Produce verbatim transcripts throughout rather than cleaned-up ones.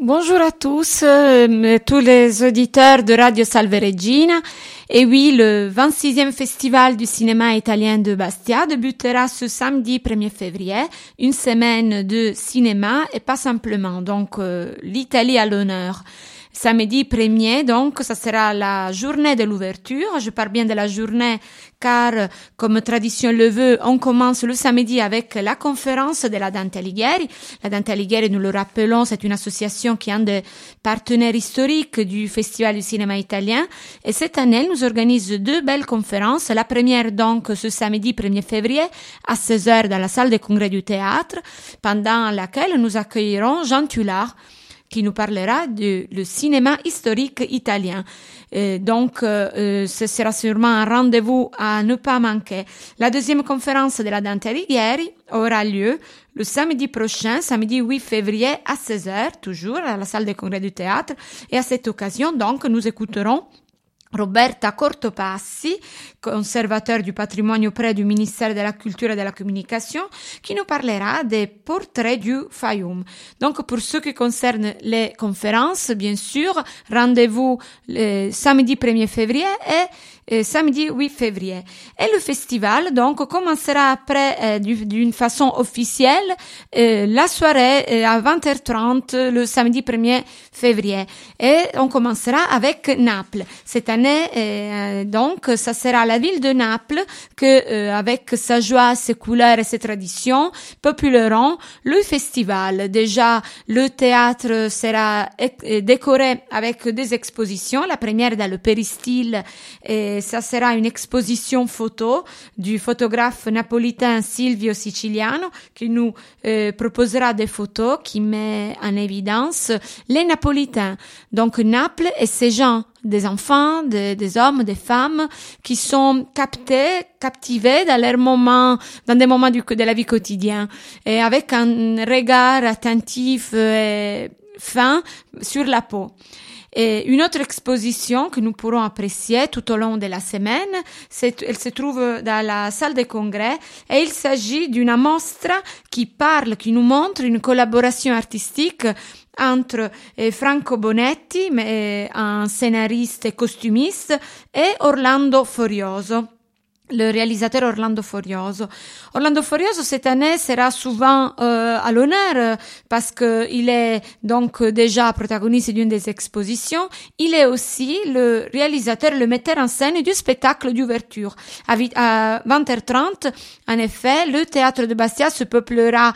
Bonjour à tous, euh, tous les auditeurs de Radio Salve Regina. Et oui, le vingt-sixième Festival du cinéma italien de Bastia débutera ce samedi premier février, une semaine de cinéma et pas simplement, donc euh, l'Italie à l'honneur. Samedi premier, donc, ça sera la journée de l'ouverture. Je parle bien de la journée car, comme tradition le veut, on commence le samedi avec la conférence de la Dante Alighieri. La Dante Alighieri, nous le rappelons, c'est une association qui est un des partenaires historiques du Festival du cinéma italien. Et cette année, elle nous organise deux belles conférences. La première, donc, ce samedi premier février, à seize heures, dans la salle de congrès du théâtre, pendant laquelle nous accueillerons Jean Tullard, qui nous parlera du le cinéma historique italien. Euh, donc, euh, ce sera sûrement un rendez-vous à ne pas manquer. La deuxième conférence de la Dante Alighieri aura lieu le samedi prochain, samedi huit février à seize heures, toujours à la salle des congrès du théâtre. Et à cette occasion, donc, nous écouterons Roberta Cortopassi, conservateur du patrimoine auprès du ministère de la Culture et de la Communication, qui nous parlera des portraits du Fayoum. Donc, pour ce qui concerne les conférences, bien sûr, rendez-vous le samedi premier février et Euh, samedi huit février. Et le festival, donc, commencera après, euh, du, d'une façon officielle, euh, la soirée euh, à vingt heures trente, le samedi premier février. Et on commencera avec Naples. Cette année, euh, donc, ça sera la ville de Naples que, euh, avec sa joie, ses couleurs et ses traditions, populeront le festival. Déjà, le théâtre sera é- décoré avec des expositions. La première dans le péristyle, et ça sera une exposition photo du photographe napolitain Silvio Siciliano qui nous euh, proposera des photos qui met en évidence les Napolitains. Donc Naples et ces gens, des enfants, des, des hommes, des femmes qui sont captés, captivés dans leurs moments, dans des moments du, de la vie quotidienne et avec un regard attentif et fin sur la peau. Et une autre exposition que nous pourrons apprécier tout au long de la semaine, c'est, elle se trouve dans la salle des congrès et il s'agit d'une mostra qui parle, qui nous montre une collaboration artistique entre eh, Franco Bonetti, mais, un scénariste et costumiste, et Orlando Furioso, le réalisateur Orlando Furioso. Orlando Furioso cette année sera souvent euh, à l'honneur euh, parce que il est donc déjà protagoniste d'une des expositions. Il est aussi le réalisateur, le metteur en scène du spectacle d'ouverture. À, à vingt heures trente, en effet, le théâtre de Bastia se peuplera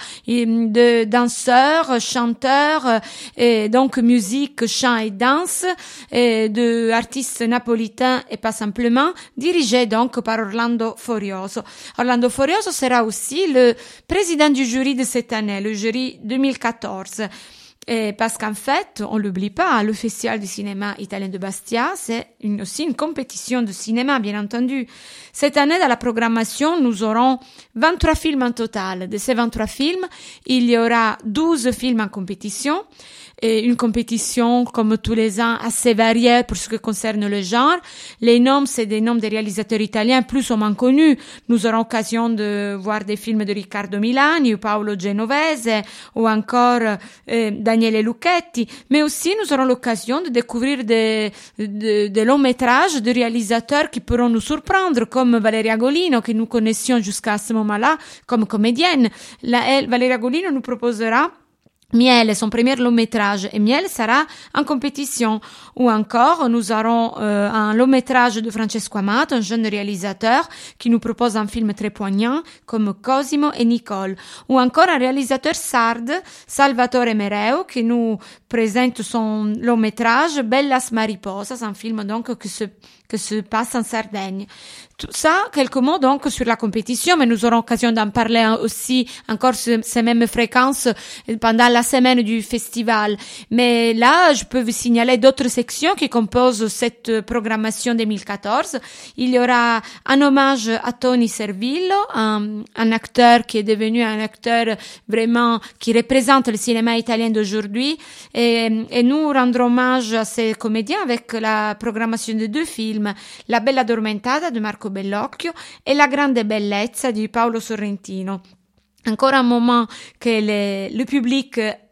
de danseurs, chanteurs, et donc musique, chant et danse, et de artistes napolitains et pas simplement, dirigés donc par Orlando Orlando Furioso. Orlando Furioso sera aussi le président du jury de cette année, le jury deux mille quatorze. Et parce qu'en fait, on l'oublie pas, le Festival du cinéma italien de Bastia, c'est une, aussi une compétition de cinéma, bien entendu. Cette année, dans la programmation, nous aurons vingt-trois films en total. De ces vingt-trois films, il y aura douze films en compétition. Et une compétition, comme tous les ans, assez variée pour ce qui concerne le genre. Les noms, c'est des noms des réalisateurs italiens plus ou moins connus. Nous aurons l'occasion de voir des films de Riccardo Milani ou Paolo Genovese ou encore euh, Daniele Lucchetti. Mais aussi, nous aurons l'occasion de découvrir des, des, des longs métrages de réalisateurs qui pourront nous surprendre, comme Valeria Golino, que nous connaissions jusqu'à ce moment-là comme comédienne. La, elle, Valeria Golino nous proposera Miele, son premier long métrage, et Miele sera en compétition. Ou encore, nous aurons euh, un long métrage de Francesco Amato, un jeune réalisateur qui nous propose un film très poignant comme Cosimo et Nicole. Ou encore un réalisateur sarde, Salvatore Mereu, qui nous présente son long métrage Bellas Mariposas, un film donc qui se que se passe en Sardaigne. Tout ça, quelques mots donc sur la compétition, mais nous aurons l'occasion d'en parler aussi encore sur ces mêmes fréquences pendant la semaine du festival. Mais là, je peux vous signaler d'autres sections qui composent cette programmation deux mille quatorze. Il y aura un hommage à Tony Servillo, un, un acteur qui est devenu un acteur vraiment qui représente le cinéma italien d'aujourd'hui. Et, et nous rendrons hommage à ces comédiens avec la programmation de deux films. La Bella Addormentata di Marco Bellocchio e La Grande Bellezza di Paolo Sorrentino. Encore un moment que le, le public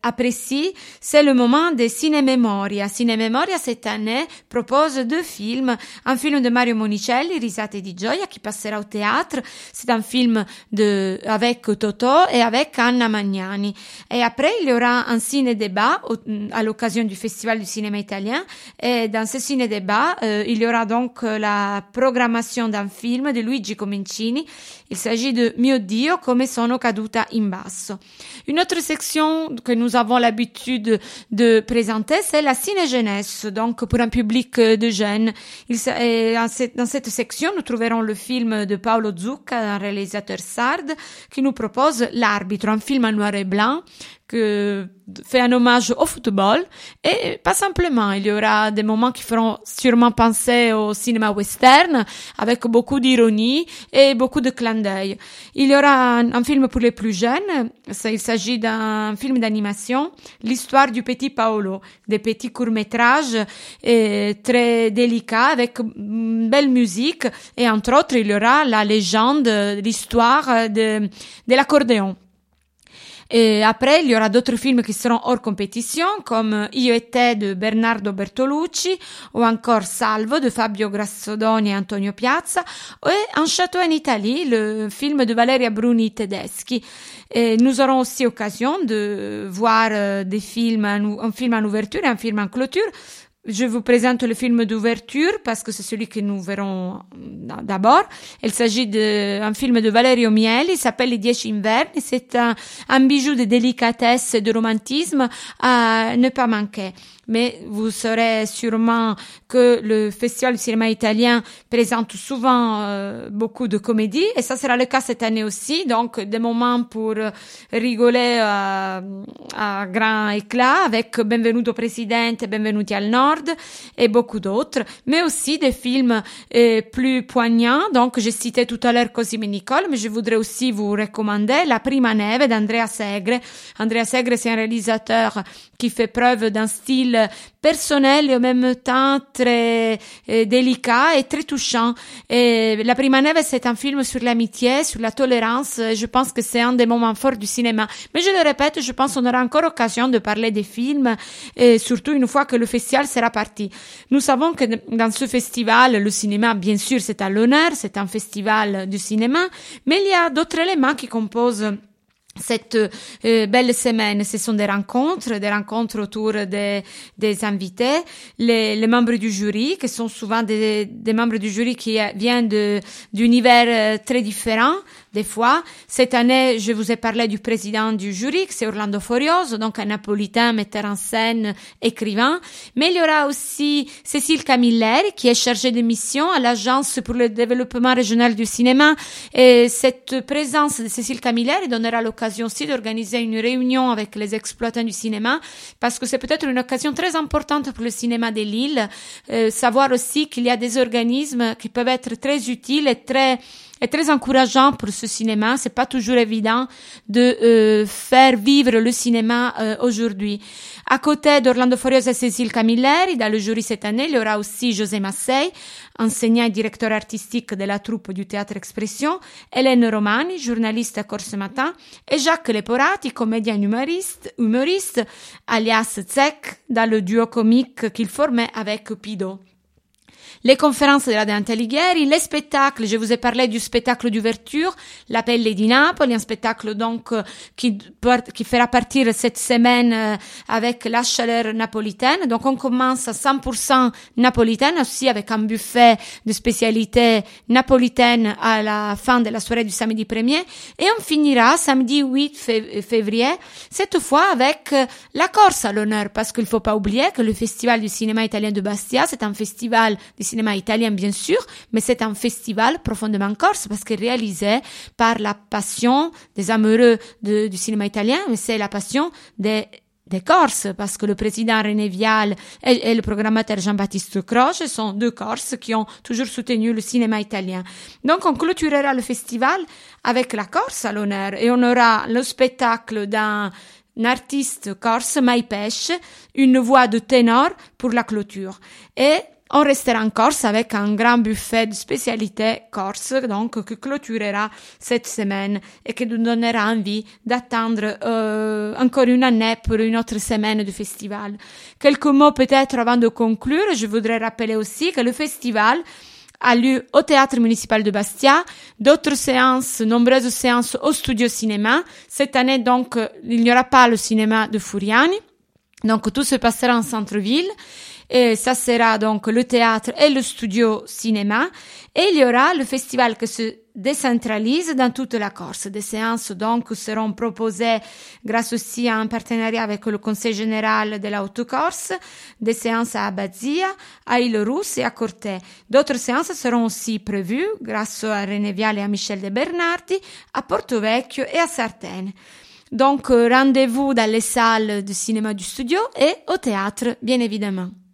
apprécie, c'est le moment des Cinememoria. Cinememoria, cette année, propose deux films. Un film de Mario Monicelli, Risate di gioia, qui passera au théâtre. C'est un film de, avec Totò et avec Anna Magnani. Et après, il y aura un ciné-débat au, à l'occasion du Festival du cinéma italien. Et dans ce ciné-débat, euh, il y aura donc la programmation d'un film de Luigi Comencini. Il s'agit de Mio Dio, come sono caduta in basso. Une autre section que nous avons l'habitude de présenter, c'est la ciné-jeunesse, donc pour un public de jeunes. Il, dans cette section, nous trouverons le film de Paolo Zucca, un réalisateur sarde, qui nous propose L'Arbitro, un film en noir et blanc, que fait un hommage au football, et pas simplement, il y aura des moments qui feront sûrement penser au cinéma western, avec beaucoup d'ironie et beaucoup de clins d'œil. Il y aura un, un film pour les plus jeunes, il s'agit d'un film d'animation, l'histoire du petit Paolo, des petits courts-métrages et très délicats, avec une belle musique, et entre autres, il y aura la légende, l'histoire de, de l'accordéon. Et après, il y aura d'autres films qui seront hors compétition, comme Io e te de Bernardo Bertolucci, ou encore Salvo de Fabio Grassodoni et Antonio Piazza, et Un château en Italie, le film de Valeria Bruni Tedeschi. Et nous aurons aussi occasion de voir des films, un film en ouverture et un film en clôture. Je vous présente le film d'ouverture parce que c'est celui que nous verrons d'abord. Il s'agit d'un film de Valerio Mieli, il s'appelle Les Dieci Inverni. C'est un, un bijou de délicatesse et de romantisme à ne pas manquer. Mais vous saurez sûrement que le Festival du cinéma italien présente souvent euh, beaucoup de comédies, et ça sera le cas cette année aussi. Donc des moments pour rigoler euh, à grand éclat avec Benvenuto Presidente, Benvenuti al Nord et beaucoup d'autres, mais aussi des films euh, plus poignants. Donc j'ai cité tout à l'heure Cosimo e Nicole, mais je voudrais aussi vous recommander La Prima Neve d'Andrea Segre. Andrea Segre, c'est un réalisateur qui fait preuve d'un style personnel et en même temps très euh, délicat et très touchant. Et La Prima Neve, c'est un film sur l'amitié, sur la tolérance. Je pense que c'est un des moments forts du cinéma. Mais je le répète, je pense qu'on aura encore occasion de parler des films, et surtout une fois que le festival sera parti. Nous savons que dans ce festival, le cinéma, bien sûr, c'est à l'honneur, c'est un festival du cinéma, mais il y a d'autres éléments qui composent cette euh, belle semaine. Ce sont des rencontres, des rencontres autour des, des invités, les, les membres du jury, qui sont souvent des, des membres du jury qui viennent de, d'univers euh, très différents, des fois. Cette année, je vous ai parlé du président du jury, c'est Orlando Forioso, donc un napolitain, metteur en scène, écrivain. Mais il y aura aussi Cécile Camilleri, qui est chargée de mission à l'Agence pour le développement régional du cinéma. Et cette présence de Cécile Camilleri donnera l'occasion aussi d'organiser une réunion avec les exploitants du cinéma, parce que c'est peut-être une occasion très importante pour le cinéma de Lille, euh, savoir aussi qu'il y a des organismes qui peuvent être très utiles et très est très encourageant pour ce cinéma. C'est pas toujours évident de euh, faire vivre le cinéma euh, aujourd'hui. À côté d'Orlando Forioso et Cécile Camilleri, dans le jury cette année, il y aura aussi José Massei, enseignant et directeur artistique de la troupe du Théâtre Expression, Hélène Romani, journaliste à Corse Matin, et Jacques Leporati, comédien humoriste, humoriste, alias Zec, dans le duo comique qu'il formait avec Pido. Les conférences de la Dante Alighieri, les spectacles, je vous ai parlé du spectacle d'ouverture, La Pelle di Napoli, un spectacle donc qui, qui fera partir cette semaine avec la chaleur napolitaine. Donc on commence à cent pour cent napolitaine, aussi avec un buffet de spécialités napolitaines à la fin de la soirée du samedi premier. Et on finira samedi huit février, cette fois avec la Corse à l'honneur, parce qu'il ne faut pas oublier que le Festival du cinéma italien de Bastia, c'est un festival du cinéma italien bien sûr, mais c'est un festival profondément corse parce qu'il est réalisé par la passion des amoureux de, du cinéma italien, mais c'est la passion des des Corses, parce que le président René Vial et, et le programmateur Jean-Baptiste Croce sont deux Corses qui ont toujours soutenu le cinéma italien. Donc on clôturera le festival avec la Corse à l'honneur et on aura le spectacle d'un un artiste corse, Mai Pesce, une voix de ténor pour la clôture. Et on restera en Corse avec un grand buffet de spécialités corse, donc, qui clôturera cette semaine et qui nous donnera envie d'attendre euh, encore une année pour une autre semaine du festival. Quelques mots peut-être avant de conclure. Je voudrais rappeler aussi que le festival a lieu au Théâtre municipal de Bastia, d'autres séances, nombreuses séances au studio cinéma. Cette année, donc, il n'y aura pas le cinéma de Furiani. Donc, tout se passera en centre-ville. Et ça sera donc le théâtre et le studio cinéma. Et il y aura le festival qui se décentralise dans toute la Corse. Des séances donc seront proposées grâce aussi à un partenariat avec le Conseil général de la Haute-Corse, des séances à Abazia, à Île-Rousse et à Corté. D'autres séances seront aussi prévues grâce à René Vial et à Michel de Bernardi, à Porto Vecchio et à Sartène. Donc rendez-vous dans les salles du cinéma du studio et au théâtre, bien évidemment.